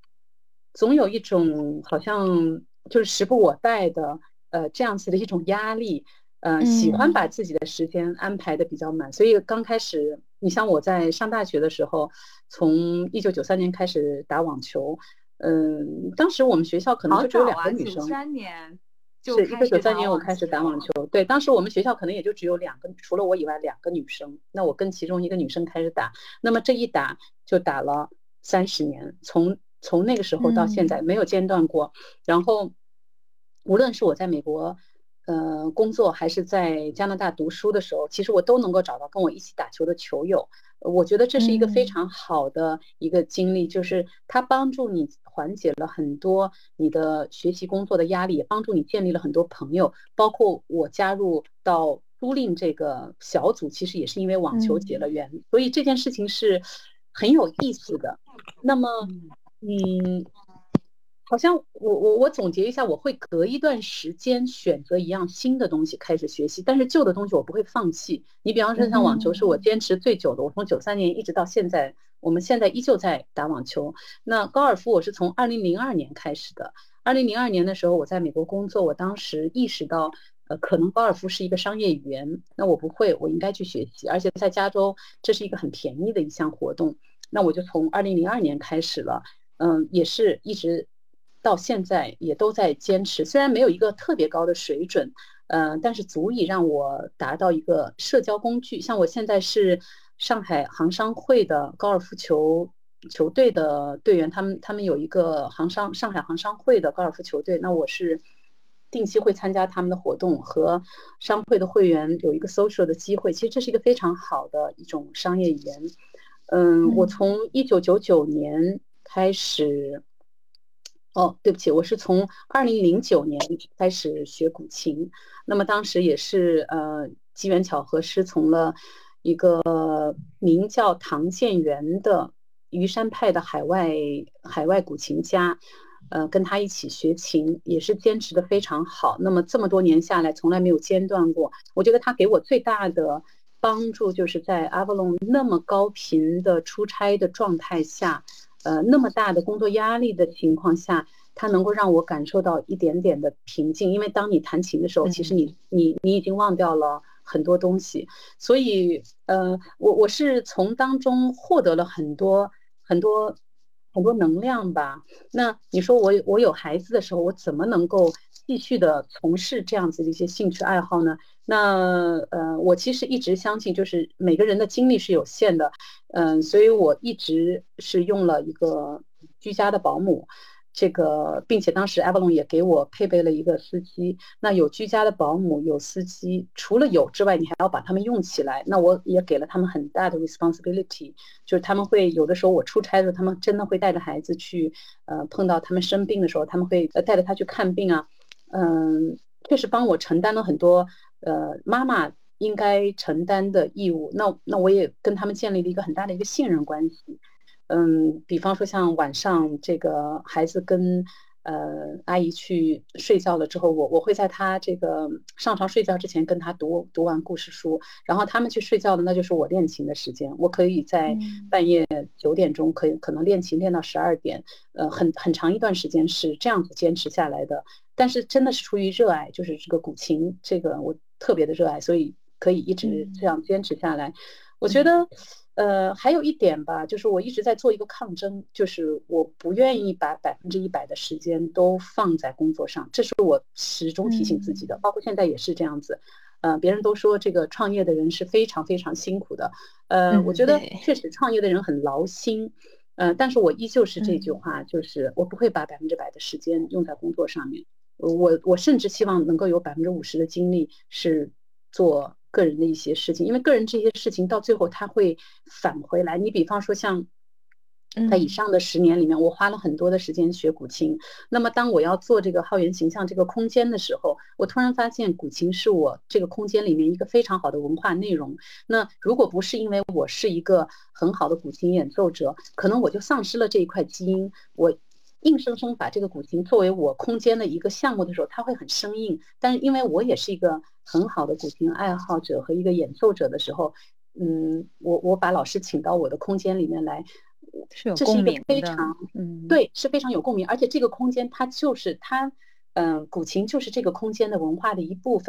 Speaker 1: 好像就是时不我待的这样子的一种压力。 喜欢把自己的时间安排的比较满，所以刚开始，你像我在上大学的时候，从1993年开始打网球，当时我们学校可能就只有2个女生。
Speaker 3: 93年就是
Speaker 1: 1993年我开始打网球，对，当时我们学校可能也就只有2个，除了我以外2个女生，那我跟其中1个女生开始打，那么这一打就打了30年，从那个时候到现在没有间断过，然后无论是我在美国工作还是在加拿大读书的时候，其实我都能够找到跟我一起打球的球友。我觉得这是一个非常好的一个经历，就是它帮助你缓解了很多你的学习工作的压力，也帮助你建立了很多朋友。包括我加入到租赁这个小组，其实也是因为网球结了缘，所以这件事情是很有意思的。那么，好像我总结一下，我会隔一段时间选择一样新的东西开始学习，但是旧的东西我不会放弃。你比方说像网球是我坚持最久的，我从93年一直到现在，我们现在依旧在打网球。那高尔夫我是从2002年开始的，2002年的时候我在美国工作，我当时意识到可能高尔夫是一个商业语言，那我不会，我应该去学习，而且在加州这是一个很便宜的一项活动，那我就从2002年开始了，也是一直到现在也都在坚持，虽然没有一个特别高的水准，但是足以让我达到一个社交工具。像我现在是上海杭商会的高尔夫球队的队员，他们有一个上海杭商会的高尔夫球队，那我是定期会参加他们的活动，和商会的会员有一个 social 的机会，其实这是一个非常好的一种商业语言。我从1999年开始。对不起，我是从2009年开始学古琴，那么当时也是机缘巧合师从了一个名叫唐建元的虞山派的海外古琴家，跟他一起学琴，也是坚持的非常好。那么这么多年下来，从来没有间断过。我觉得他给我最大的帮助就是在 Avalon 那么高频的出差的状态下。那么大的工作压力的情况下，它能够让我感受到一点点的平静。因为当你弹琴的时候，其实你已经忘掉了很多东西，所以我是从当中获得了很多能量吧。那你说我有孩子的时候，我怎么能够继续的从事这样子的一些兴趣爱好呢？那我其实一直相信，就是每个人的精力是有限的，所以我一直是用了一个居家的保姆，这个并且当时 Avalon 也给我配备了一个司机。那有居家的保姆，有司机，除了有之外，你还要把他们用起来。那我也给了他们很大的 responsibility， 就是他们会有的时候我出差的时候，他们真的会带着孩子去，碰到他们生病的时候，他们会带着他去看病啊，确实帮我承担了很多妈妈应该承担的义务。那我也跟他们建立了一个很大的一个信任关系。比方说像晚上这个孩子跟阿姨去睡觉了之后，我会在他这个上床睡觉之前跟他读完故事书，然后他们去睡觉了，那就是我练琴的时间。我可以在半夜9点钟可能练琴练到12点，很长一段时间是这样子坚持下来的。但是真的是出于热爱，就是这个古琴，这个我特别的热爱，所以可以一直这样坚持下来。我觉得还有一点吧，就是我一直在做一个抗争，就是我不愿意把100%的时间都放在工作上，这是我始终提醒自己的，包括现在也是这样子。别人都说这个创业的人是非常非常辛苦的，我觉得确实创业的人很劳心，但是我依旧是这句话，就是我不会把100%的时间用在工作上面，我甚至希望能够有50%的精力是做个人的一些事情，因为个人这些事情到最后它会返回来。你比方说像在以上的10年里面，我花了很多的时间学古琴。那么当我要做这个浩源形象这个空间的时候，我突然发现古琴是我这个空间里面一个非常好的文化内容。那如果不是因为我是一个很好的古琴演奏者，可能我就丧失了这一块基因。我硬生生把这个古琴作为我空间的一个项目的时候，它会很生硬。但是因为我也是一个很好的古琴爱好者和一个演奏者的时候，我把老师请到我的空间里面来，
Speaker 3: 是有共鸣的，
Speaker 1: 这是一个非常对，是非常有共鸣。而且这个空间它就是它，古琴就是这个空间的文化的一部分。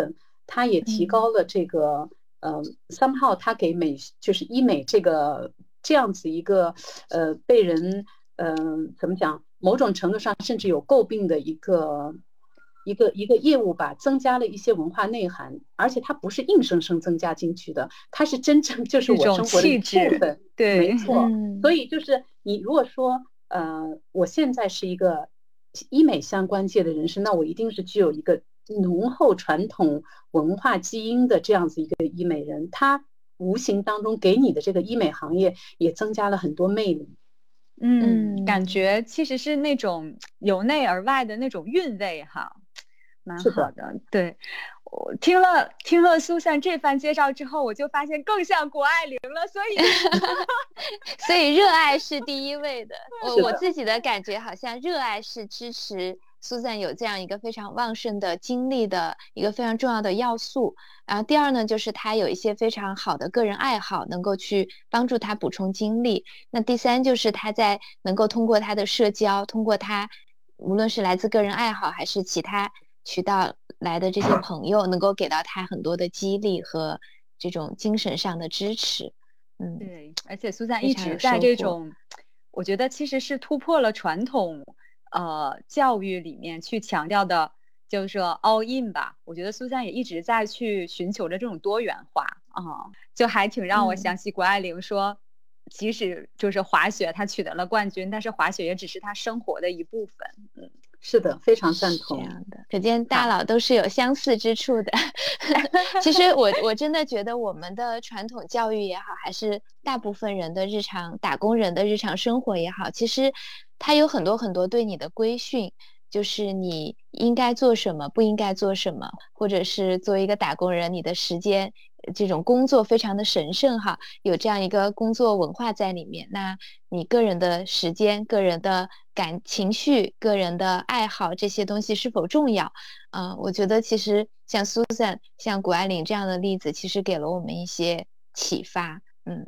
Speaker 1: 它也提高了这个somehow 它给就是医美这样子一个被人怎么讲，某种程度上甚至有诟病的一个业务吧，增加了一些文化内涵，而且它不是硬生生增加进去的，它是真正就是我生活的一部分。
Speaker 3: 对，
Speaker 1: 没错。所以就是你如果说我现在是一个医美相关界的人士，那我一定是具有一个浓厚传统文化基因的这样子一个医美人，他无形当中给你的这个医美行业也增加了很多魅力。
Speaker 3: 感觉其实是那种由内而外的那种韵味哈，蛮好的。对，我听了Susan这番介绍之后，我就发现更像谷爱凌了，
Speaker 4: 所以热爱是第一位的。我自己的感觉好像热爱是支持Susan有这样一个非常旺盛的精力的一个非常重要的要素。然后第二呢，就是他有一些非常好的个人爱好，能够去帮助他补充精力。那第三就是他能够通过他的社交，通过他无论是来自个人爱好还是其他渠道来的这些朋友，能够给到他很多的激励和这种精神上的支持。
Speaker 3: 对，而且Susan一直在这种，我觉得其实是突破了传统教育里面去强调的，就是说 all in 吧。我觉得Susan也一直在去寻求着这种多元化就还挺让我想起谷爱凌说，即使就是滑雪她取得了冠军，但是滑雪也只是她生活的一部分。
Speaker 1: 是的，非常赞同。
Speaker 4: 这样的，可见大佬都是有相似之处的。其实我真的觉得我们的传统教育也好，还是大部分人的日常打工人的日常生活也好，其实它有很多很多对你的规训，就是你应该做什么，不应该做什么，或者是作为一个打工人，你的时间这种工作非常的神圣哈，有这样一个工作文化在里面。那你个人的时间、个人的情绪、个人的爱好这些东西是否重要？我觉得其实像 Susan、像谷爱凌这样的例子，其实给了我们一些启发。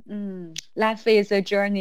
Speaker 3: Life is a journey 。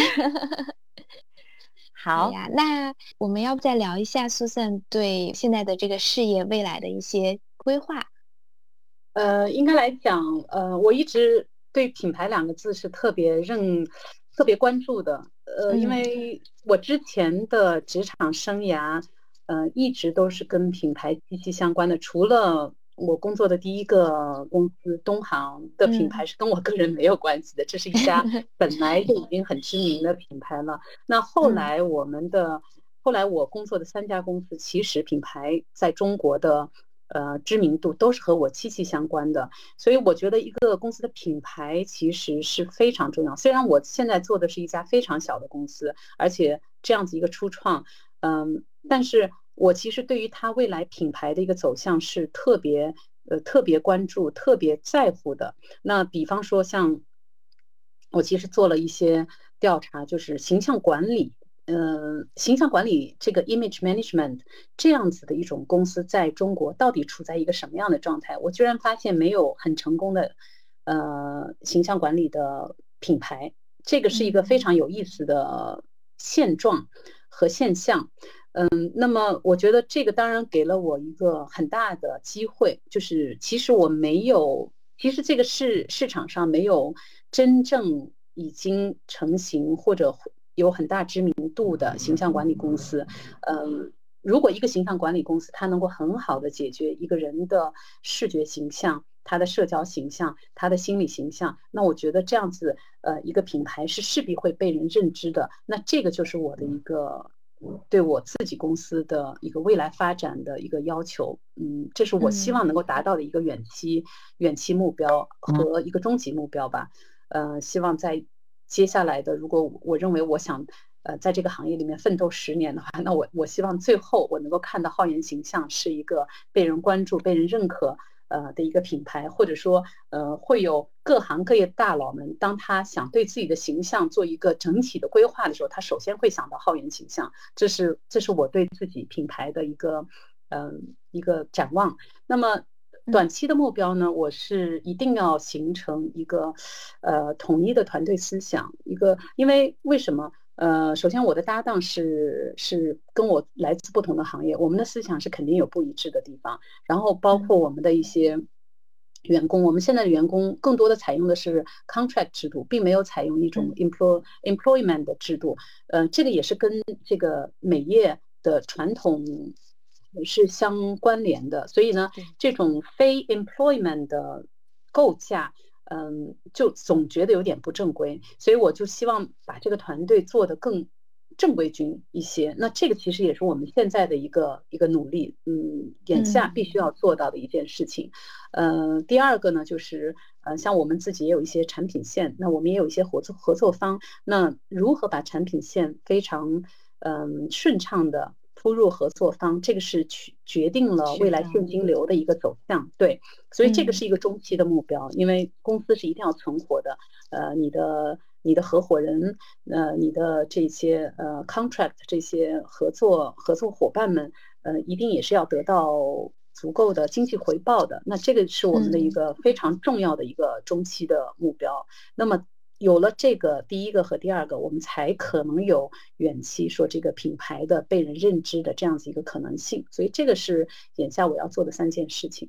Speaker 3: 好
Speaker 4: 呀，那我们要不再聊一下 Susan 对现在的这个事业未来的一些规划？
Speaker 1: 应该来讲，我一直对品牌2个字是特别关注的。因为我之前的职场生涯，一直都是跟品牌息息相关的。除了我工作的第一个公司东航的品牌是跟我个人没有关系的，这是一家本来就已经很知名的品牌了。那后来我工作的3家公司，其实品牌在中国的知名度都是和我息息相关的。所以我觉得一个公司的品牌其实是非常重要。虽然我现在做的是一家非常小的公司，而且这样子一个初创，但是我其实对于它未来品牌的一个走向是特别关注、特别在乎的。那比方说像我其实做了一些调查，就是形象管理这个 image management 这样子的一种公司在中国到底处在一个什么样的状态？我居然发现没有很成功的形象管理的品牌，这个是一个非常有意思的现状和现象。那么我觉得这个当然给了我一个很大的机会，就是其实这个市场上没有真正已经成型或者有很大知名度的形象管理公司。如果一个形象管理公司它能够很好的解决一个人的视觉形象、他的社交形象、他的心理形象，那我觉得这样子一个品牌是势必会被人认知的。那这个就是我的一个对我自己公司的一个未来发展的一个要求。这是我希望能够达到的一个远期目标和一个终极目标吧。希望在接下来的，如果我认为我想在这个行业里面奋斗10年的话，那我希望最后我能够看到浩然形象是一个被人关注、被人认可的一个品牌，或者说会有各行各业大佬们，当他想对自己的形象做一个整体的规划的时候，他首先会想到浩然形象。这是我对自己品牌的一个展望。那么短期的目标呢，我是一定要形成一个统一的团队思想。因为为什么首先我的搭档是跟我来自不同的行业，我们的思想是肯定有不一致的地方。然后包括我们的一些员工，我们现在的员工更多的采用的是 contract 制度，并没有采用一种 employment 的制度。这个也是跟这个美业的传统是相关联的。所以呢，这种非 employment 的构架，就总觉得有点不正规。所以我就希望把这个团队做得更正规军一些。那这个其实也是我们现在的一个努力，眼下必须要做到的一件事情。第二个呢，就是像我们自己也有一些产品线，那我们也有一些合作方，那如何把产品线非常顺畅的铺入合作方，这个是决定了未来现金流的一个走向。对，所以这个是一个中期的目标，因为公司是一定要存活的。你的合伙人，你的这些contract 这些合作伙伴们，一定也是要得到足够的经济回报的。那这个是我们的一个非常重要的一个中期的目标。那么有了这个第一个和第二个，我们才可能有远期说这个品牌的被人认知的这样子一个可能性。所以这个是眼下我要做的3件事情。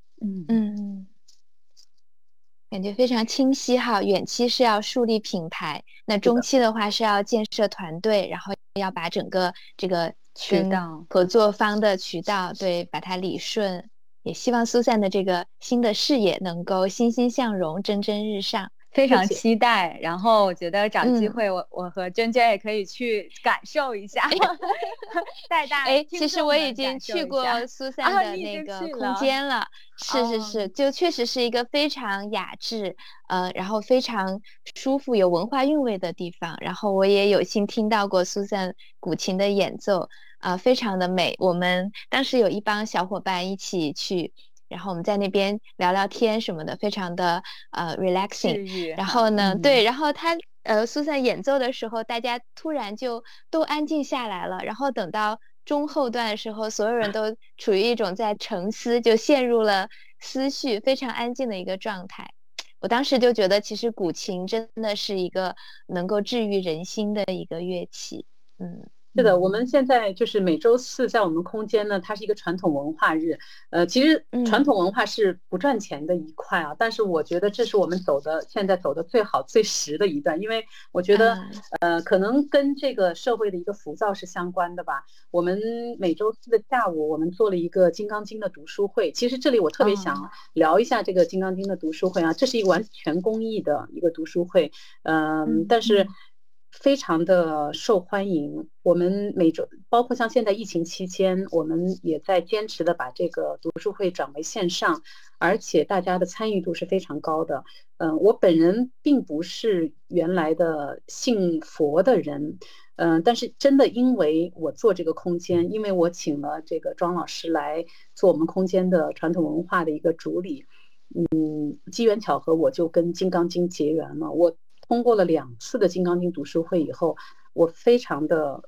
Speaker 4: 感觉非常清晰哈。远期是要树立品牌，那中期的话是要建设团队，然后要把整个这个
Speaker 3: 渠道
Speaker 4: 合作方的渠道对把它理顺。也希望苏珊的这个新的事业能够欣欣向荣，蒸蒸日上。
Speaker 3: 非常期待，然后我觉得找机会我和娟娟也可以去感受一下，带大家。
Speaker 4: 其实我已经去过苏珊的那个空间了，是，就确实是一个非常雅致，然后非常舒服、有文化韵味的地方。然后我也有幸听到过苏珊古琴的演奏，非常的美。我们当时有一帮小伙伴一起去。然后我们在那边聊聊天什么的，非常的relaxing。然后呢，对，然后他苏珊演奏的时候，大家突然就都安静下来了。然后等到中后段的时候，所有人都处于一种在沉思，就陷入了思绪，非常安静的一个状态。我当时就觉得，其实古琴真的是一个能够治愈人心的一个乐器。
Speaker 1: 是的，我们现在就是每周4在我们空间呢，它是一个传统文化日。其实传统文化是不赚钱的一块啊，但是我觉得这是我们现在走的最好最实的一段，因为我觉得可能跟这个社会的一个浮躁是相关的吧。我们每周4的下午，我们做了一个《金刚经》的读书会。其实这里我特别想聊一下这个《金刚经》的读书会啊，这是一个完全公益的一个读书会，但是非常的受欢迎。我们每周，包括像现在疫情期间，我们也在坚持的把这个读书会转为线上，而且大家的参与度是非常高的。我本人并不是原来的信佛的人，但是真的因为我做这个空间，因为我请了这个庄老师来做我们空间的传统文化的一个主理，机缘巧合我就跟《金刚经》结缘了。我通过了2次的《金刚经》读书会以后，我非常的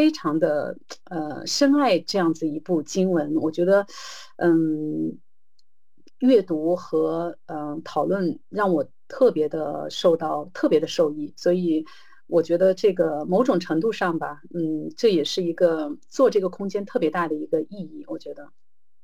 Speaker 1: 深爱这样子一部经文。我觉得阅读和讨论让我特别的受益，所以我觉得这个某种程度上吧，这也是一个做这个空间特别大的一个意义，我觉得。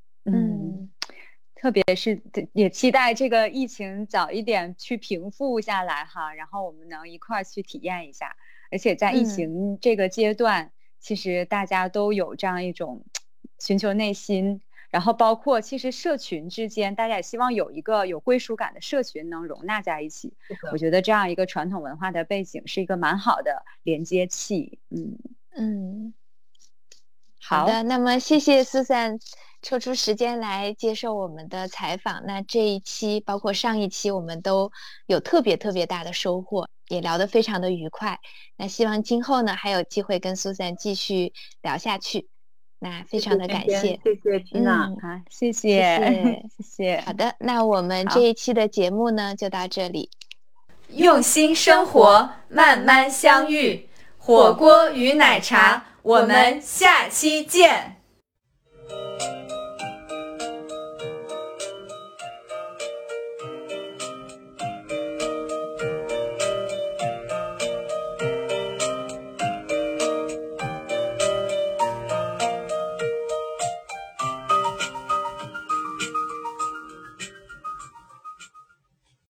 Speaker 3: 特别是也期待这个疫情早一点去平复下来哈，然后我们能一块去体验一下。而且在疫情这个阶段，其实大家都有这样一种寻求内心，然后包括其实社群之间，大家也希望有一个有归属感的社群能容纳在一起。我觉得这样一个传统文化的背景是一个蛮好的连接器。
Speaker 4: 好的，那么谢谢苏珊抽出时间来接受我们的采访。那这一期包括上一期我们都有特别大的收获，也聊得非常的愉快。那希望今后呢还有机会跟苏珊继续聊下去。那非常的感谢，
Speaker 1: 谢谢缇娜，
Speaker 3: 好，谢谢。
Speaker 4: 好的，那我们这一期的节目呢就到这里。
Speaker 2: 用心生活，慢慢相遇，火锅与奶茶，我们下期见。